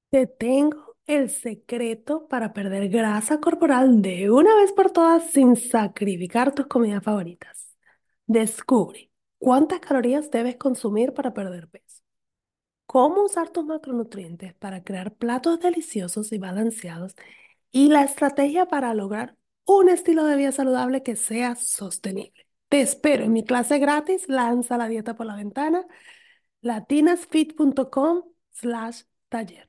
Te tengo el secreto para perder grasa corporal de una vez por todas sin sacrificar tus comidas favoritas. Descubre cuántas calorías debes consumir para perder peso, cómo usar tus macronutrientes para crear platos deliciosos y balanceados y la estrategia para lograr un estilo de vida saludable que sea sostenible. Te espero en mi clase gratis, Lanza la dieta por la ventana, latinasfit.com/taller.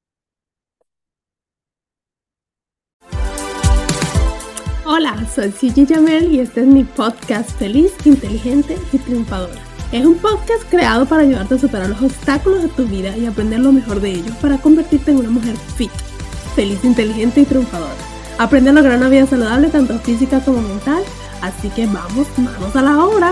Hola, soy Gigi Jamel y este es mi podcast Feliz, Inteligente y Triunfadora. Es un podcast creado para ayudarte a superar los obstáculos de tu vida y aprender lo mejor de ellos para convertirte en una mujer fit, feliz, inteligente y triunfadora. Aprende a lograr una vida saludable tanto física como mental, así que vamos a la obra.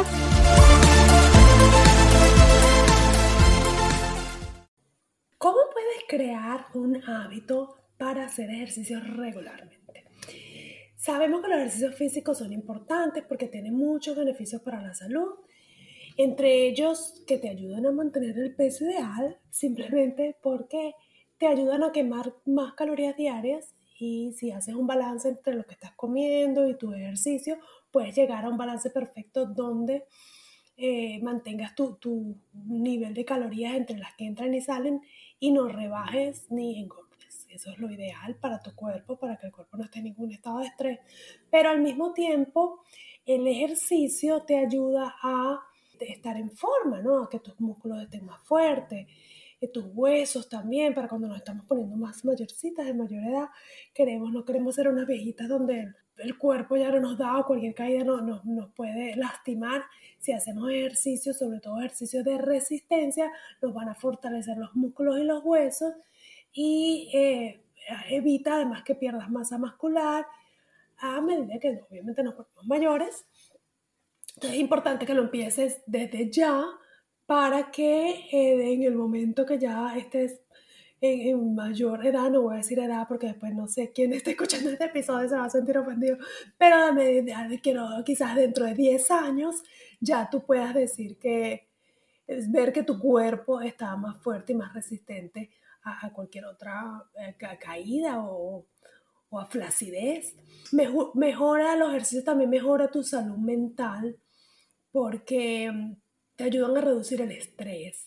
¿Cómo puedes crear un hábito para hacer ejercicio regularmente? Sabemos que los ejercicios físicos son importantes porque tienen muchos beneficios para la salud, entre ellos que te ayudan a mantener el peso ideal, simplemente porque te ayudan a quemar más calorías diarias y si haces un balance entre lo que estás comiendo y tu ejercicio, puedes llegar a un balance perfecto donde mantengas tu nivel de calorías entre las que entran y salen y no rebajes ni engordes. Eso es lo ideal para tu cuerpo, para que el cuerpo no esté en ningún estado de estrés. Pero al mismo tiempo, el ejercicio te ayuda a estar en forma, ¿no? A que tus músculos estén más fuertes, tus huesos también, para cuando nos estamos poniendo más mayorcitas, de mayor edad, no queremos ser unas viejitas donde el cuerpo ya no nos da o cualquier caída nos puede lastimar. Si hacemos ejercicios, sobre todo ejercicios de resistencia, nos van a fortalecer los músculos y los huesos y evita además que pierdas masa muscular a medida que obviamente nos ponemos mayores. Entonces es importante que lo empieces desde ya para que en el momento que ya estés en mayor edad, no voy a decir edad porque después no sé quién está escuchando este episodio se va a sentir ofendido, pero quiero quizás dentro de 10 años ya tú puedas decir que es ver que tu cuerpo está más fuerte y más resistente a cualquier otra caída o a flacidez. Mejora los ejercicios, también mejora tu salud mental porque te ayudan a reducir el estrés,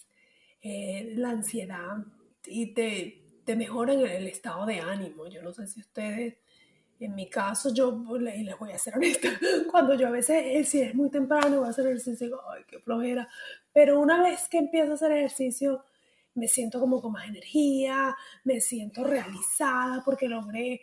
la ansiedad y te mejoran el estado de ánimo. Yo no sé si ustedes, en mi caso, y les voy a ser honesta, cuando yo a veces, si es muy temprano, voy a hacer ejercicio, digo, ay, qué flojera. Pero una vez que empiezo a hacer ejercicio, me siento como con más energía, me siento realizada porque logré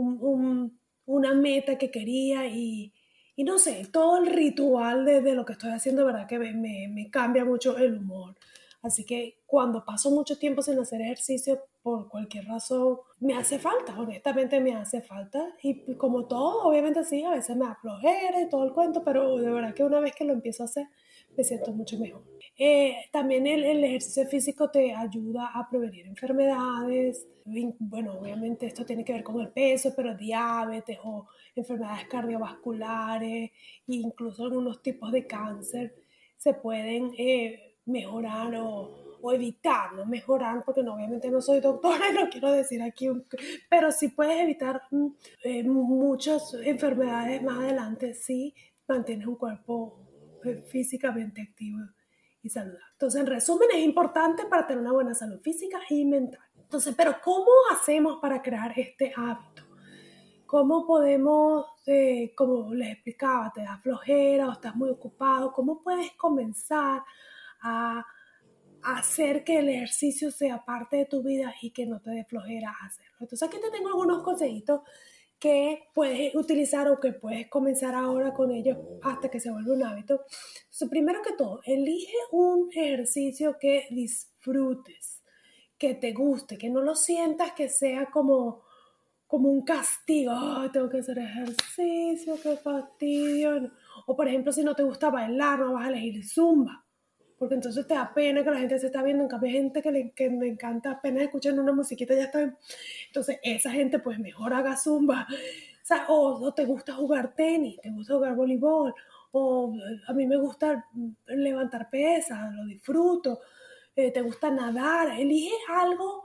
una meta que quería y no sé, todo el ritual de lo que estoy haciendo, verdad que me cambia mucho el humor. Así que cuando paso mucho tiempo sin hacer ejercicio, por cualquier razón, me hace falta, honestamente me hace falta. Y como todo, obviamente sí, a veces me da flojera y todo el cuento, pero de verdad que una vez que lo empiezo a hacer, me siento mucho mejor. También el ejercicio físico te ayuda a prevenir enfermedades. Bueno, obviamente esto tiene que ver con el peso, pero diabetes o enfermedades cardiovasculares e incluso algunos tipos de cáncer se pueden mejorar o evitar, no mejorar, porque no, obviamente no soy doctora y no quiero decir aquí, pero sí puedes evitar muchas enfermedades más adelante si mantienes un cuerpo físicamente activo y saludable. Entonces, en resumen, es importante para tener una buena salud física y mental. Entonces, pero ¿cómo hacemos para crear este hábito? ¿Cómo podemos, como les explicaba, te da flojera o estás muy ocupado? ¿Cómo puedes comenzar a hacer que el ejercicio sea parte de tu vida y que no te dé flojera hacerlo? Entonces aquí te tengo algunos consejitos que puedes utilizar o que puedes comenzar ahora con ellos hasta que se vuelva un hábito. Entonces, primero que todo, elige un ejercicio que disfrutes, que te guste, que no lo sientas que sea como un castigo. Ay, tengo que hacer ejercicio, qué fastidio. O por ejemplo, si no te gusta bailar, no vas a elegir zumba, porque entonces te da pena que la gente se está viendo. En cambio, hay gente que le encanta apenas escuchando una musiquita, ya está. Entonces, esa gente pues mejor haga zumba. O sea, o te gusta jugar tenis, te gusta jugar voleibol, o a mí me gusta levantar pesas, lo disfruto, te gusta nadar, elige algo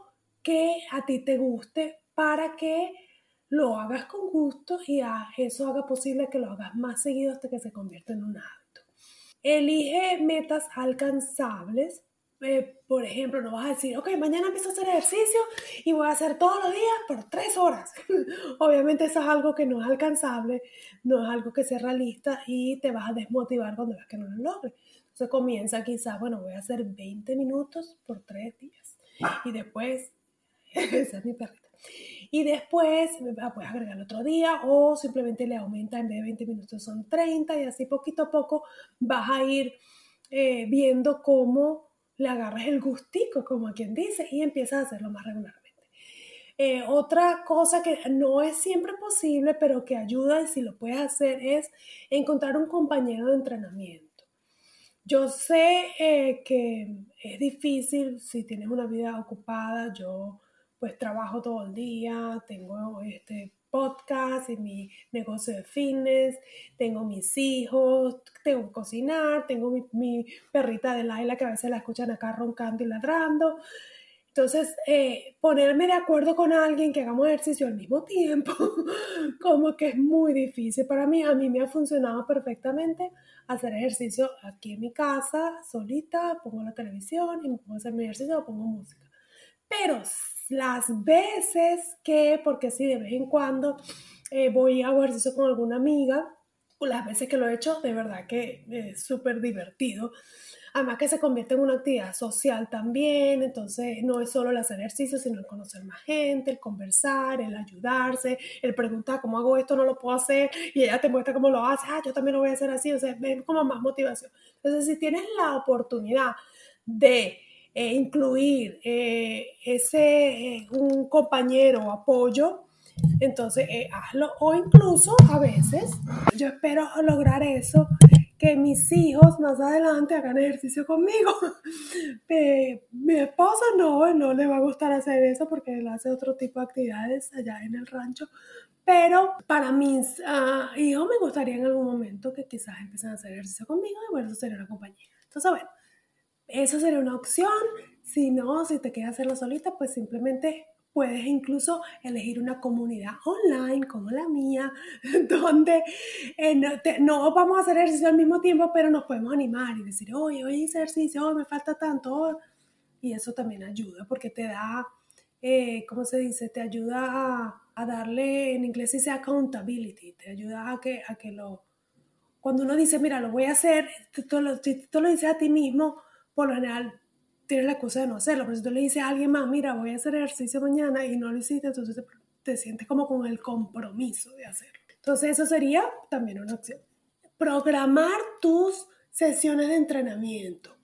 que a ti te guste para que lo hagas con gusto y eso haga posible que lo hagas más seguido hasta que se convierta en un hábito. Elige metas alcanzables. Por ejemplo, no vas a decir, ok, mañana empiezo a hacer ejercicio y voy a hacer todos los días por 3 horas. Obviamente eso es algo que no es alcanzable, no es algo que sea realista y te vas a desmotivar cuando veas que no lo logres. Entonces comienza quizás, bueno, voy a hacer 20 minutos por 3 días. Y después, esa es mi perrita. Y después puedes agregar otro día o simplemente le aumenta, en vez de 20 minutos son 30 y así poquito a poco vas a ir viendo cómo le agarras el gustico, como quien dice, y empiezas a hacerlo más regularmente. Otra cosa que no es siempre posible, pero que ayuda y si lo puedes hacer es encontrar un compañero de entrenamiento. Yo sé que es difícil si tienes una vida ocupada. Yo pues trabajo todo el día, tengo este podcast y mi negocio de fitness, tengo mis hijos, tengo que cocinar, tengo mi perrita de Laila que a veces la escuchan acá roncando y ladrando. Entonces, ponerme de acuerdo con alguien que hagamos ejercicio al mismo tiempo, como que es muy difícil para mí. A mí me ha funcionado perfectamente hacer ejercicio aquí en mi casa, solita, pongo la televisión y me pongo a hacer mi ejercicio o pongo música. Pero las veces que, porque sí, de vez en cuando voy a hacer ejercicio con alguna amiga, las veces que lo he hecho, de verdad que es súper divertido. Además que se convierte en una actividad social también, entonces no es solo el hacer ejercicio, sino el conocer más gente, el conversar, el ayudarse, el preguntar cómo hago esto, no lo puedo hacer, y ella te muestra cómo lo hace, yo también lo voy a hacer así, o sea, ven como más motivación. Entonces, si tienes la oportunidad de incluir un compañero o apoyo, entonces hazlo, o incluso a veces yo espero lograr eso, que mis hijos más adelante hagan ejercicio conmigo. Mi esposo no le va a gustar hacer eso porque él hace otro tipo de actividades allá en el rancho, pero para mis hijos me gustaría en algún momento que quizás empiecen a hacer ejercicio conmigo y bueno, eso sería una compañía. Entonces, bueno, eso sería una opción. Si no, si te quieres hacerlo solita, pues simplemente puedes incluso elegir una comunidad online como la mía, donde no vamos a hacer ejercicio al mismo tiempo, pero nos podemos animar y decir, oye, hoy hice ejercicio, hoy me falta tanto. Y eso también ayuda porque te da, ¿cómo se dice? Te ayuda a darle, en inglés se dice accountability, te ayuda cuando uno dice, mira, lo voy a hacer, si tú lo dices a ti mismo, por lo general tienes la excusa de no hacerlo, pero si tú le dices a alguien más, mira, voy a hacer ejercicio mañana y no lo hiciste, entonces te sientes como con el compromiso de hacerlo. Entonces eso sería también una opción. Programar tus sesiones de entrenamiento.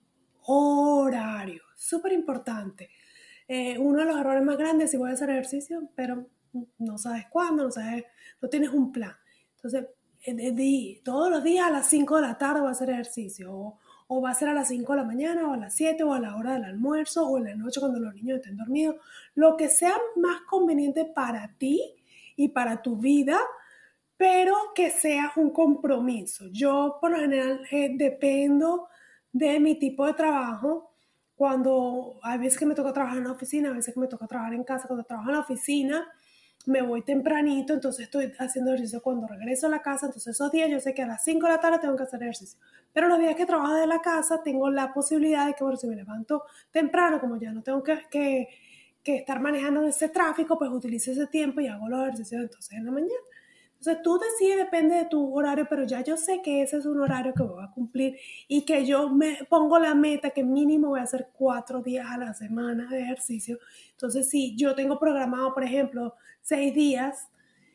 Horario, súper importante. Uno de los errores más grandes es si voy a hacer ejercicio, pero no sabes cuándo, no tienes un plan. Entonces, todos los días a las 5 de la tarde voy a hacer ejercicio, o va a ser a las 5 de la mañana, o a las 7, o a la hora del almuerzo, o en la noche cuando los niños estén dormidos. Lo que sea más conveniente para ti y para tu vida, pero que sea un compromiso. Yo por lo general dependo de mi tipo de trabajo. Cuando hay veces que me toca trabajar en la oficina, a veces que me toca trabajar en casa. Cuando trabajo en la oficina me voy tempranito, entonces estoy haciendo ejercicio cuando regreso a la casa. Entonces esos días yo sé que a las 5 de la tarde tengo que hacer ejercicio. Pero los días que trabajo de la casa tengo la posibilidad de que, bueno, si me levanto temprano, como ya no tengo que estar manejando ese tráfico, pues utilizo ese tiempo y hago los ejercicios entonces en la mañana. Entonces tú decides, depende de tu horario, pero ya yo sé que ese es un horario que voy a cumplir y que yo me pongo la meta que mínimo voy a hacer 4 días a la semana de ejercicio. Entonces si yo tengo programado, por ejemplo, 6 días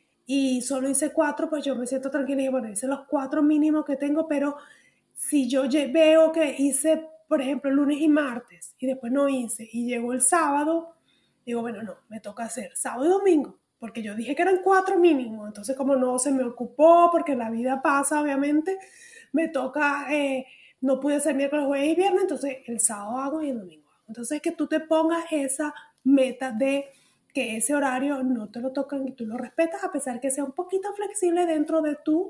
y solo hice 4, pues yo me siento tranquila y bueno, hice los 4 mínimos que tengo, pero si yo veo que hice, por ejemplo, lunes y martes y después no hice y llegó el sábado, digo, bueno, no, me toca hacer sábado y domingo, porque yo dije que eran 4 mínimos, entonces como no se me ocupó, porque la vida pasa, obviamente, me toca, no pude hacer miércoles, jueves y viernes, entonces el sábado hago y el domingo hago. Entonces que tú te pongas esa meta de que ese horario no te lo tocan y tú lo respetas, a pesar que sea un poquito flexible dentro de tu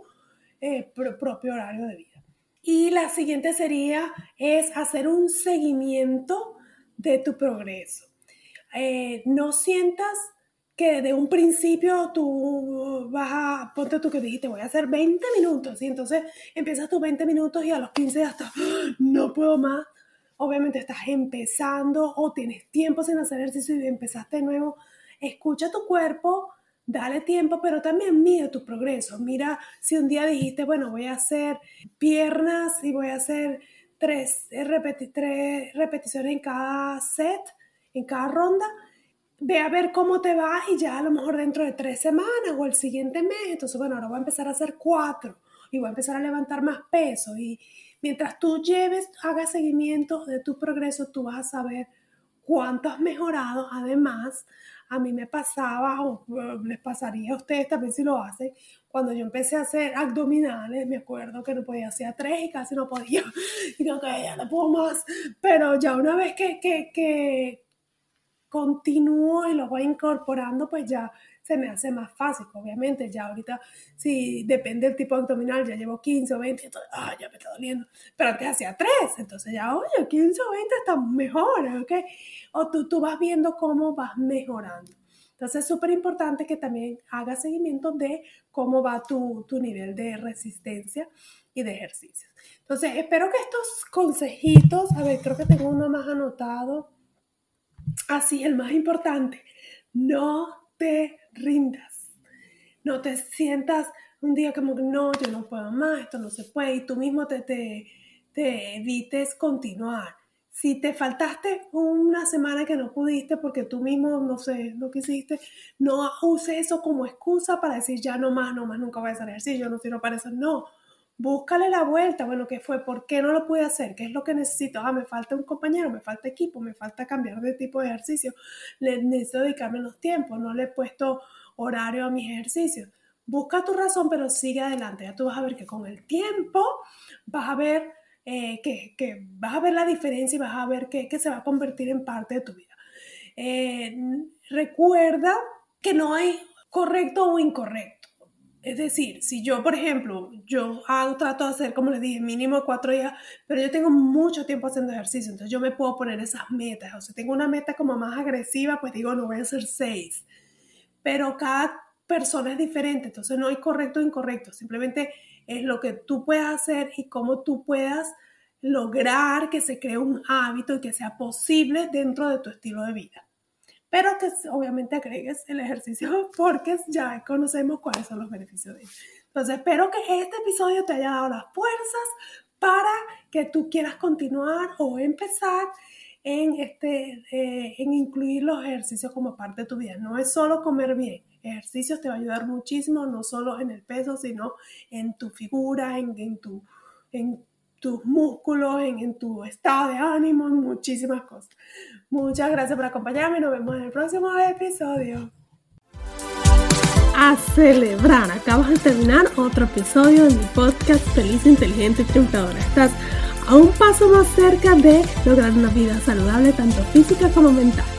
propio horario de vida. Y la siguiente es hacer un seguimiento de tu progreso. No sientas que de un principio tú ponte tú que dijiste, voy a hacer 20 minutos, y entonces empiezas tus 20 minutos y a los 15 ya estás, no puedo más. Obviamente estás empezando o tienes tiempo sin hacer ejercicio y empezaste de nuevo. Escucha tu cuerpo, dale tiempo, pero también mira tu progreso. Mira si un día dijiste, bueno, voy a hacer piernas y voy a hacer 3 repeticiones en cada set, en cada ronda. Ve a ver cómo te va y ya a lo mejor dentro de 3 semanas o el siguiente mes, entonces bueno, ahora voy a empezar a hacer 4 y voy a empezar a levantar más peso, y mientras tú hagas seguimiento de tu progreso, tú vas a saber cuánto has mejorado. Además, a mí me pasaba, o les pasaría a ustedes también si lo hacen, cuando yo empecé a hacer abdominales, me acuerdo que no podía hacer 3 y casi no podía, y no, que ya no puedo más, pero ya una vez que continúo y lo voy incorporando, pues ya se me hace más fácil. Obviamente ya ahorita, si depende del tipo de abdominal, ya llevo 15 o 20, entonces, ya me está doliendo, pero antes hacía 3, entonces ya, oye, 15 o 20 están mejores, ¿ok? O tú vas viendo cómo vas mejorando. Entonces es súper importante que también hagas seguimiento de cómo va tu nivel de resistencia y de ejercicios. Entonces espero que estos consejitos, a ver, creo que tengo uno más anotado. Así, el más importante, no te rindas. No te sientas un día como que no, yo no puedo más, esto no se puede, y tú mismo te evites continuar. Si te faltaste una semana que no pudiste porque tú mismo, no sé, no quisiste, no uses eso como excusa para decir ya no más, nunca voy a hacer ejercicio, yo no sirvo para eso. No, búscale la vuelta. Bueno, ¿qué fue? ¿Por qué no lo pude hacer? ¿Qué es lo que necesito? Me falta un compañero, me falta equipo, me falta cambiar de tipo de ejercicio, necesito dedicarme los tiempos, no le he puesto horario a mis ejercicios. Busca tu razón, pero sigue adelante. Ya tú vas a ver que con el tiempo vas a ver que vas a ver la diferencia y vas a ver que se va a convertir en parte de tu vida. Recuerda que no hay correcto o incorrecto. Es decir, si yo, por ejemplo, trato de hacer, como les dije, mínimo 4 días, pero yo tengo mucho tiempo haciendo ejercicio, entonces yo me puedo poner esas metas. O sea, tengo una meta como más agresiva, pues digo, no voy a hacer 6. Pero cada persona es diferente, entonces no hay correcto o incorrecto. Simplemente es lo que tú puedas hacer y cómo tú puedas lograr que se cree un hábito y que sea posible dentro de tu estilo de vida. Pero que obviamente agregues el ejercicio porque ya conocemos cuáles son los beneficios de él. Entonces espero que este episodio te haya dado las fuerzas para que tú quieras continuar o empezar en incluir los ejercicios como parte de tu vida. No es solo comer bien, ejercicios te va a ayudar muchísimo, no solo en el peso, sino en tu figura, en tus músculos, en tu estado de ánimo, en muchísimas cosas. Muchas gracias por acompañarme y nos vemos en el próximo episodio. A celebrar, acabas de terminar otro episodio de mi podcast Feliz, Inteligente y Triunfadora. Estás a un paso más cerca de lograr una vida saludable, tanto física como mental.